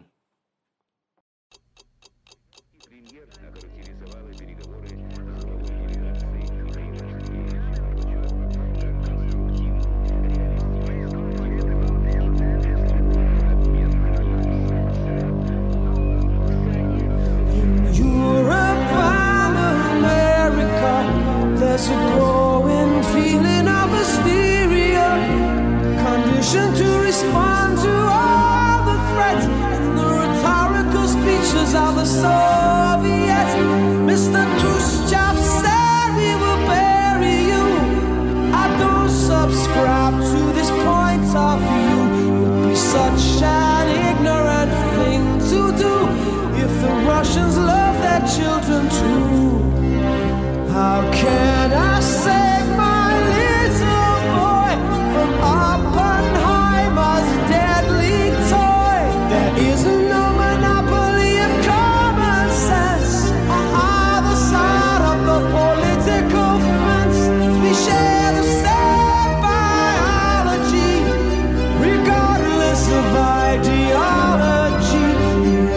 Europe and America, there's a growing feeling of hysteria, conditioned to respond to all the threats and the rhetorical speeches of the Soviets. Mister Khrushchev said we will bury you. I don't subscribe to this point of view. It would be such an ignorant thing to do if the Russians love their children too. How can I save my little boy from Oppenheimer's deadly toy? There is no monopoly of common sense on either side of the political fence. We share the same biology, regardless of ideology.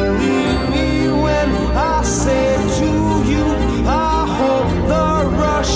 Believe me when I say to you, I hope the Russians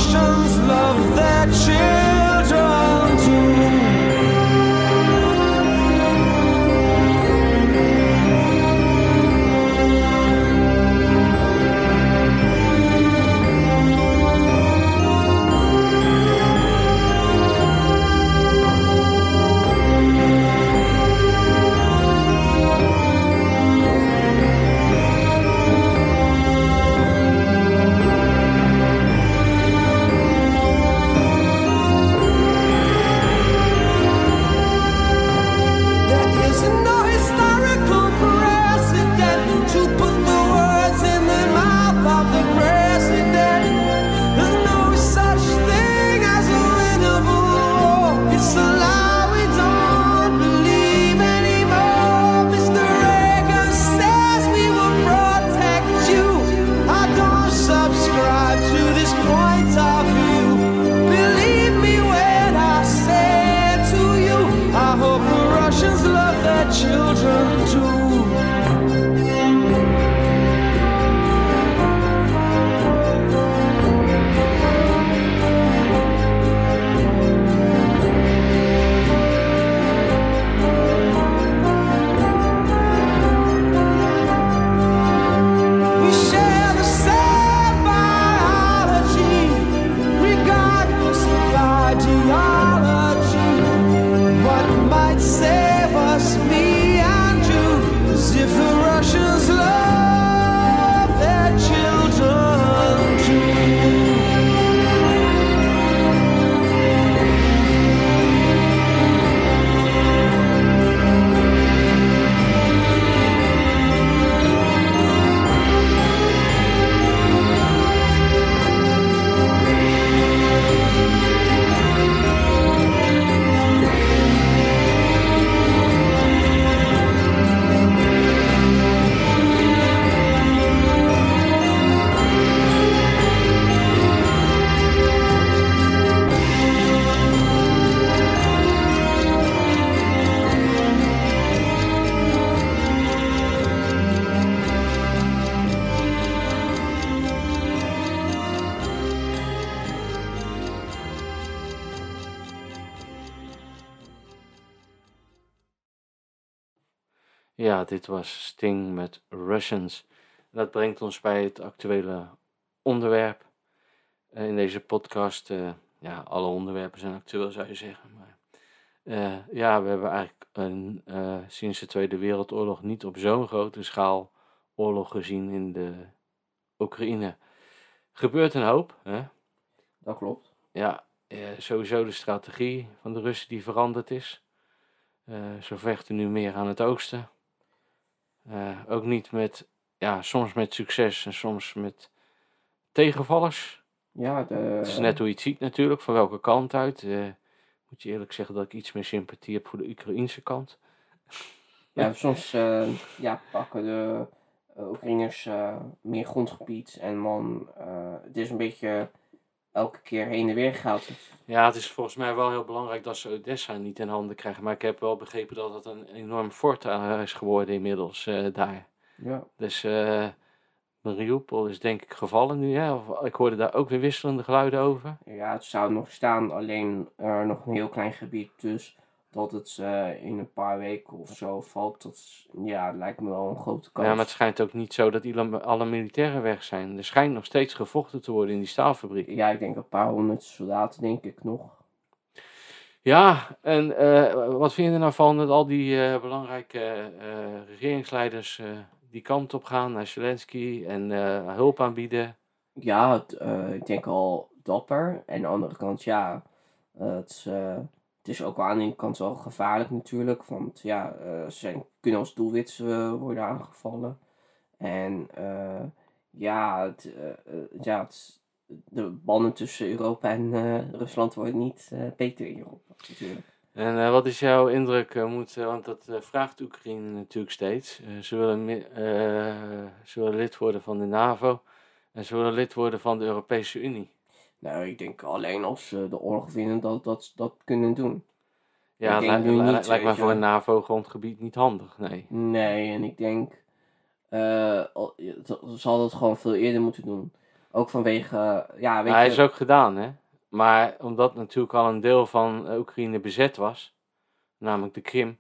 Ja, dit was Sting met Russians. Dat brengt ons bij het actuele onderwerp. Uh, in deze podcast, uh, ja, alle onderwerpen zijn actueel zou je zeggen. Maar, uh, ja, we hebben eigenlijk een, uh, sinds de Tweede Wereldoorlog niet op zo'n grote schaal oorlog gezien in de Oekraïne. Gebeurt een hoop, hè? Dat klopt. Ja, uh, sowieso de strategie van de Russen die veranderd is. Uh, ze vechten nu meer aan het oosten. Uh, ook niet met, ja, soms met succes en soms met tegenvallers. Ja, de... Het is net hoe je het ziet natuurlijk, van welke kant uit. Uh, moet je eerlijk zeggen dat ik iets meer sympathie heb voor de Oekraïnse kant. Ja, soms uh, ja, pakken de uh, Oekraïners uh, meer grondgebied en dan, uh, het is een beetje elke keer heen en weer gehaald. Ja, het is volgens mij wel heel belangrijk dat ze Odessa niet in handen krijgen. Maar ik heb wel begrepen dat het een enorm fort uh, is geworden inmiddels uh, daar. Ja. Dus uh, Mariupol is denk ik gevallen nu. Hè? Of, ik hoorde daar ook weer wisselende geluiden over. Ja, het zou nog staan, alleen er nog een heel klein gebied. Dus dat het uh, in een paar weken of zo valt, dat ja, lijkt me wel een grote kans. Ja, maar het schijnt ook niet zo dat alle militairen weg zijn. Er schijnt nog steeds gevochten te worden in die staalfabriek. Ja, ik denk een paar honderd soldaten, denk ik nog. Ja, en uh, wat vind je er nou van dat al die uh, belangrijke uh, regeringsleiders uh, die kant op gaan naar Zelensky en uh, hulp aanbieden? Ja, het, uh, ik denk al dapper. En aan de andere kant, ja, uh, het, uh, het is ook wel aan de ene kant wel gevaarlijk natuurlijk. Want ja, uh, ze zijn, kunnen als doelwit uh, worden aangevallen. En uh, ja, het, uh, uh, ja het, de banden tussen Europa en uh, Rusland worden niet uh, beter in Europa natuurlijk. En uh, wat is jouw indruk? Uh, moet, uh, want dat uh, vraagt Oekraïne natuurlijk steeds. Uh, ze, willen, uh, ze willen lid worden van de NAVO en ze willen lid worden van de Europese Unie. Nou, ik denk alleen als ze de oorlog winnen dat dat, dat kunnen doen. Ja, li- li- li- lijkt mij voor een NAVO-grondgebied niet handig, nee. Nee, en ik denk, uh, zal dat gewoon veel eerder moeten doen. Ook vanwege, uh, ja, weet Hij je... is ook gedaan, hè. Maar omdat natuurlijk al een deel van Oekraïne bezet was, namelijk de Krim,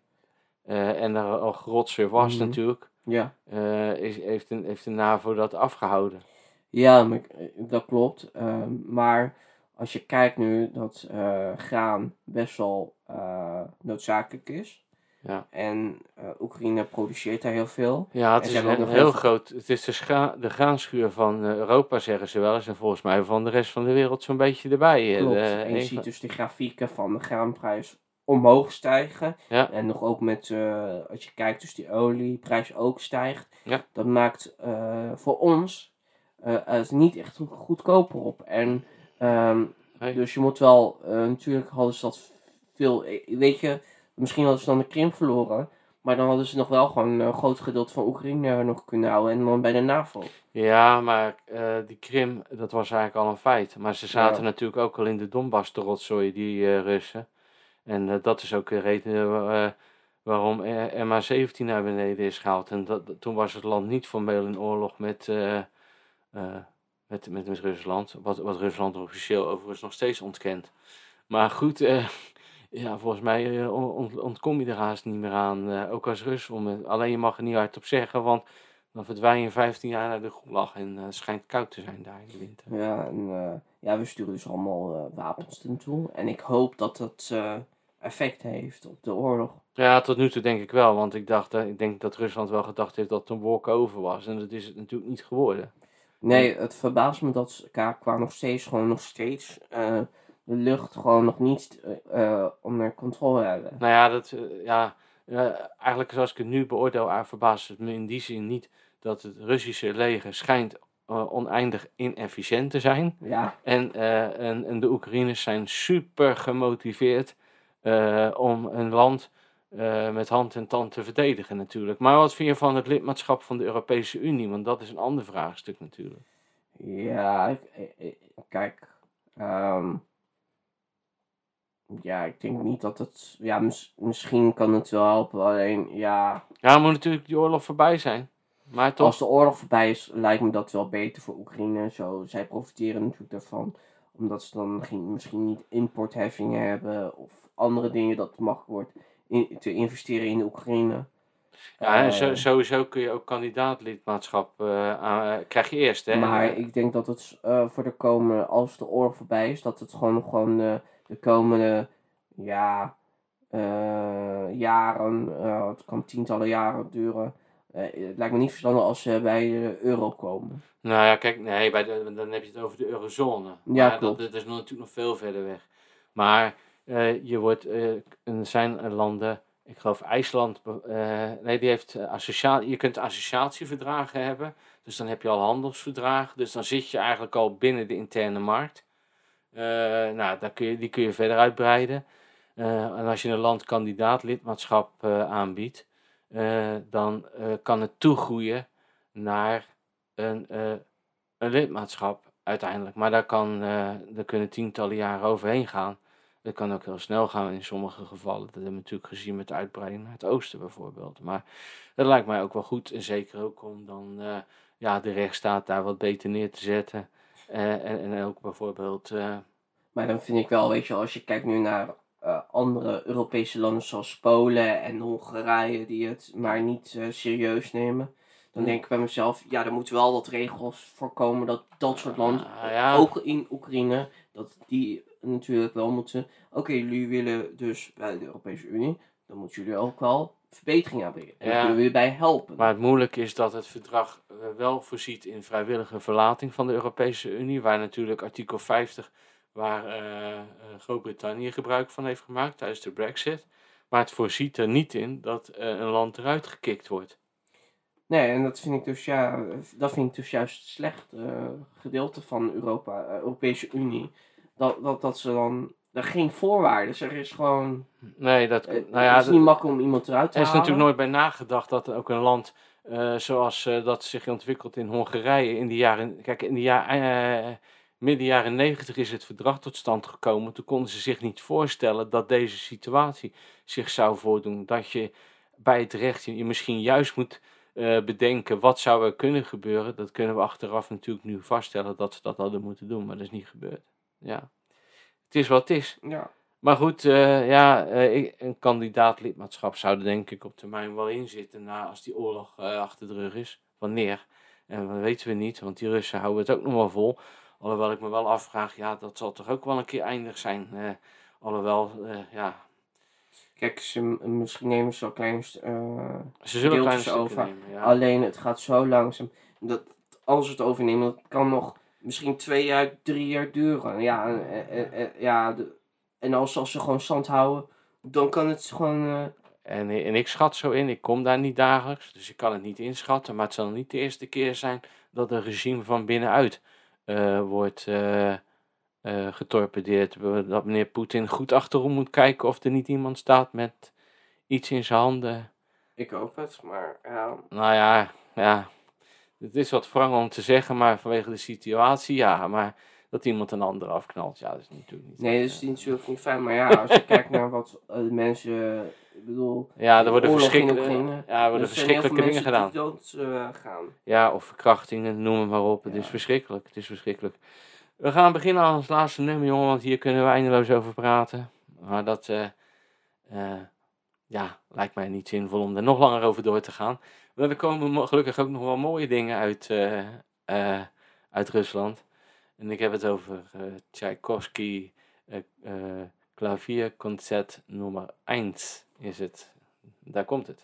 uh, en er al rotzooi was mm-hmm. natuurlijk, ja. uh, is, heeft, een, heeft de NAVO dat afgehouden. Ja, maar, dat klopt. Uh, maar als je kijkt nu dat uh, graan best wel uh, noodzakelijk is. Ja. En uh, Oekraïne produceert daar heel veel. Ja, het en is een heel, heel groot. Het is de, scha- de graanschuur van uh, Europa, zeggen ze wel eens. En volgens mij van de rest van de wereld zo'n beetje erbij. Klopt. De, en je een... ziet dus de grafieken van de graanprijs omhoog stijgen. Ja. En nog ook met, uh, als je kijkt, dus die olieprijs ook stijgt. Ja. Dat maakt uh, voor ons uh, het niet echt goedkoper op. En um, nee. Dus je moet wel, uh, natuurlijk hadden ze dat veel, weet je, misschien hadden ze dan de Krim verloren. Maar dan hadden ze nog wel gewoon een groot gedeelte van Oekraïne nog kunnen houden en dan bij de NAVO. Ja, maar uh, die Krim, dat was eigenlijk al een feit. Maar ze zaten ja. natuurlijk ook al in de Donbass te rotzooien, die uh, Russen. En uh, dat is ook de reden uh, waarom uh, M H zeventien naar beneden is gehaald. En dat, toen was het land niet formeel in oorlog met, uh, uh, met, met, met Rusland. Wat, wat Rusland officieel overigens nog steeds ontkent. Maar goed... Uh, Ja, volgens mij uh, ont- ontkom je er haast niet meer aan, uh, ook als Rus. Om, alleen je mag er niet hardop zeggen, want dan verdwijn je vijftien jaar naar de gulag en uh, het schijnt koud te zijn daar in de winter. Ja, en uh, ja, we sturen dus allemaal uh, wapens naartoe. En ik hoop dat dat uh, effect heeft op de oorlog. Ja, tot nu toe denk ik wel, want ik, dacht, uh, ik denk dat Rusland wel gedacht heeft dat het een walk over was. En dat is het natuurlijk niet geworden. Nee, het verbaast me dat ze qua nog steeds, gewoon nog steeds... Uh, de lucht gewoon nog niet uh, onder controle hebben. Nou ja, dat, uh, ja uh, eigenlijk zoals ik het nu beoordeel, uh, verbaast het me in die zin niet dat het Russische leger schijnt uh, oneindig inefficiënt te zijn. Ja. En, uh, en, en de Oekraïners zijn super gemotiveerd uh, om een land uh, met hand en tand te verdedigen natuurlijk. Maar wat vind je van het lidmaatschap van de Europese Unie? Want dat is een ander vraagstuk natuurlijk. Ja, ik, ik, ik, kijk... Um... Ja, ik denk niet dat het... Ja, mis, misschien kan het wel helpen, alleen ja... Ja, moet natuurlijk die oorlog voorbij zijn. Maar toch... Als de oorlog voorbij is, lijkt me dat wel beter voor Oekraïne. Zo, zij profiteren natuurlijk daarvan. Omdat ze dan geen, misschien niet importheffingen hebben of andere dingen dat het makkelijk wordt in, te investeren in de Oekraïne. Ja, en zo, Eh, sowieso kun je ook kandidaatlidmaatschap uh, aan, uh, krijg je eerst, hè? Maar en, uh, ik denk dat het uh, voor de komende, als de oorlog voorbij is, dat het gewoon, gewoon uh, de komende, ja, uh, jaren, uh, het kan tientallen jaren duren. Uh, het lijkt me niet verstandig als ze bij de euro komen. Nou ja, kijk, nee, bij de, dan heb je het over de eurozone. Ja, maar klopt. Dat, dat is natuurlijk nog veel verder weg. Maar uh, je wordt, uh, er zijn landen, ik geloof IJsland, uh, nee, die heeft associatie, je kunt associatieverdragen hebben. Dus dan heb je al handelsverdragen. Dus dan zit je eigenlijk al binnen de interne markt. Uh, nou, daar kun je, die kun je verder uitbreiden. Uh, en als je een land kandidaat lidmaatschap uh, aanbiedt, uh, dan uh, kan het toegroeien naar een, uh, een lidmaatschap uiteindelijk. Maar daar, kan, uh, daar kunnen tientallen jaren overheen gaan. Dat kan ook heel snel gaan in sommige gevallen. Dat hebben we natuurlijk gezien met de uitbreiding naar het oosten bijvoorbeeld. Maar dat lijkt mij ook wel goed. En zeker ook om dan uh, ja, de rechtsstaat daar wat beter neer te zetten. Uh, en, en ook bijvoorbeeld... Uh, maar dan vind ik wel, weet je, als je kijkt nu naar uh, andere Europese landen zoals Polen en Hongarije, die het maar niet uh, serieus nemen. Dan denk ik bij mezelf, ja, er moeten wel wat regels voorkomen dat dat soort landen, uh, ja. ook in Oekraïne, dat die natuurlijk wel moeten, oké, okay, jullie willen dus bij de Europese Unie, dan moeten jullie ook wel verbeteringen aanbrengen. En ja. daar kunnen we bij helpen. Maar het moeilijke is dat het verdrag uh, wel voorziet in vrijwillige verlating van de Europese Unie, waar natuurlijk artikel vijftig, waar uh, uh, Groot-Brittannië gebruik van heeft gemaakt tijdens de Brexit. Maar het voorziet er niet in dat uh, een land eruit gekikt wordt. Nee, en dat vind ik dus, ja, dat vind ik dus juist slecht uh, gedeelte van Europa, uh, Europese Unie. Dat, dat, dat ze dan, er geen voorwaarden, er is gewoon, nee, dat, uh, nou ja, het is dat, niet makkelijk om iemand eruit te halen. Er is halen. natuurlijk nooit bij nagedacht dat er ook een land, uh, zoals uh, dat zich ontwikkelt in Hongarije, in de jaren, kijk, in de jaren, uh, midden jaren negentig is het verdrag tot stand gekomen. Toen konden ze zich niet voorstellen dat deze situatie zich zou voordoen. Dat je bij het recht, je misschien juist moet uh, bedenken, wat zou er kunnen gebeuren. Dat kunnen we achteraf natuurlijk nu vaststellen dat ze dat hadden moeten doen, maar dat is niet gebeurd. Ja, het is wat het is. Ja. Maar goed, uh, ja, uh, een kandidaat lidmaatschap zou er denk ik op termijn wel in zitten, na, als die oorlog uh, achter de rug is. Wanneer? En dat weten we niet, want die Russen houden het ook nog wel vol. Alhoewel ik me wel afvraag, ja, dat zal toch ook wel een keer eindig zijn. Uh, alhoewel, uh, ja... Kijk, ze, misschien nemen ze al kleine uh, ze zullen kleine over. Nemen, ja. Alleen het gaat zo langzaam. Dat als ze het overnemen, dat kan nog misschien twee jaar, drie jaar duren. Ja, en, en, en, ja, de, en als, als ze gewoon stand houden, dan kan het gewoon... Uh... En, en ik schat zo in, ik kom daar niet dagelijks, dus ik kan het niet inschatten. Maar het zal niet de eerste keer zijn dat een regime van binnenuit uh, wordt... Uh, Uh, getorpedeerd. Dat meneer Poetin goed achterom moet kijken of er niet iemand staat met iets in zijn handen. Ik hoop het, maar ja. Nou ja, ja. Het is wat wrang om te zeggen, maar vanwege de situatie, ja. Maar dat iemand een ander afknalt, ja, dat is natuurlijk niet... Nee, dat is natuurlijk niet fijn. Maar ja, als je kijkt naar wat uh, mensen... Ik bedoel... Ja, er worden, verschrikkelijk, Oekraïne, ja, er worden verschrikkelijke dingen gedaan. Dood, uh, gaan. Ja, of verkrachtingen, noem het maar op. Het ja. is verschrikkelijk, het is verschrikkelijk. We gaan beginnen aan ons laatste nummer, jongen, want hier kunnen we eindeloos over praten. Maar dat, uh, uh, ja, lijkt mij niet zinvol om er nog langer over door te gaan. Maar er komen gelukkig ook nog wel mooie dingen uit, uh, uh, uit Rusland. En ik heb het over uh, Tchaikovsky uh, uh, Klavierconcert nummer één is het. Daar komt het.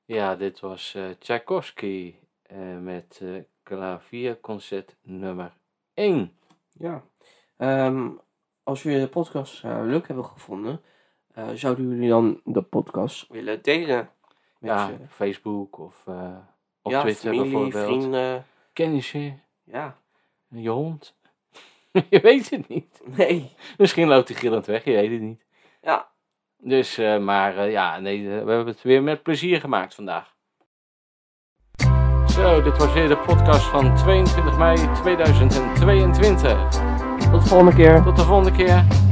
Ja, dit was uh, Tchaikovsky uh, met uh, klavierconcert nummer één. Ja. Um, als jullie de podcast uh, leuk hebben gevonden, uh, zouden jullie dan de podcast willen delen? Met Ja, je... Facebook of uh, op ja, Twitter familie, bijvoorbeeld. vrienden. Kennissen. Ja. Je hond. Je weet het niet. Nee. Misschien loopt hij gillend weg, je weet het niet. Ja. Dus, uh, maar uh, ja, nee, uh, we hebben het weer met plezier gemaakt vandaag. Zo, dit was weer de podcast van tweeëntwintig mei tweeduizend tweeëntwintig. Tot de volgende keer. Tot de volgende keer.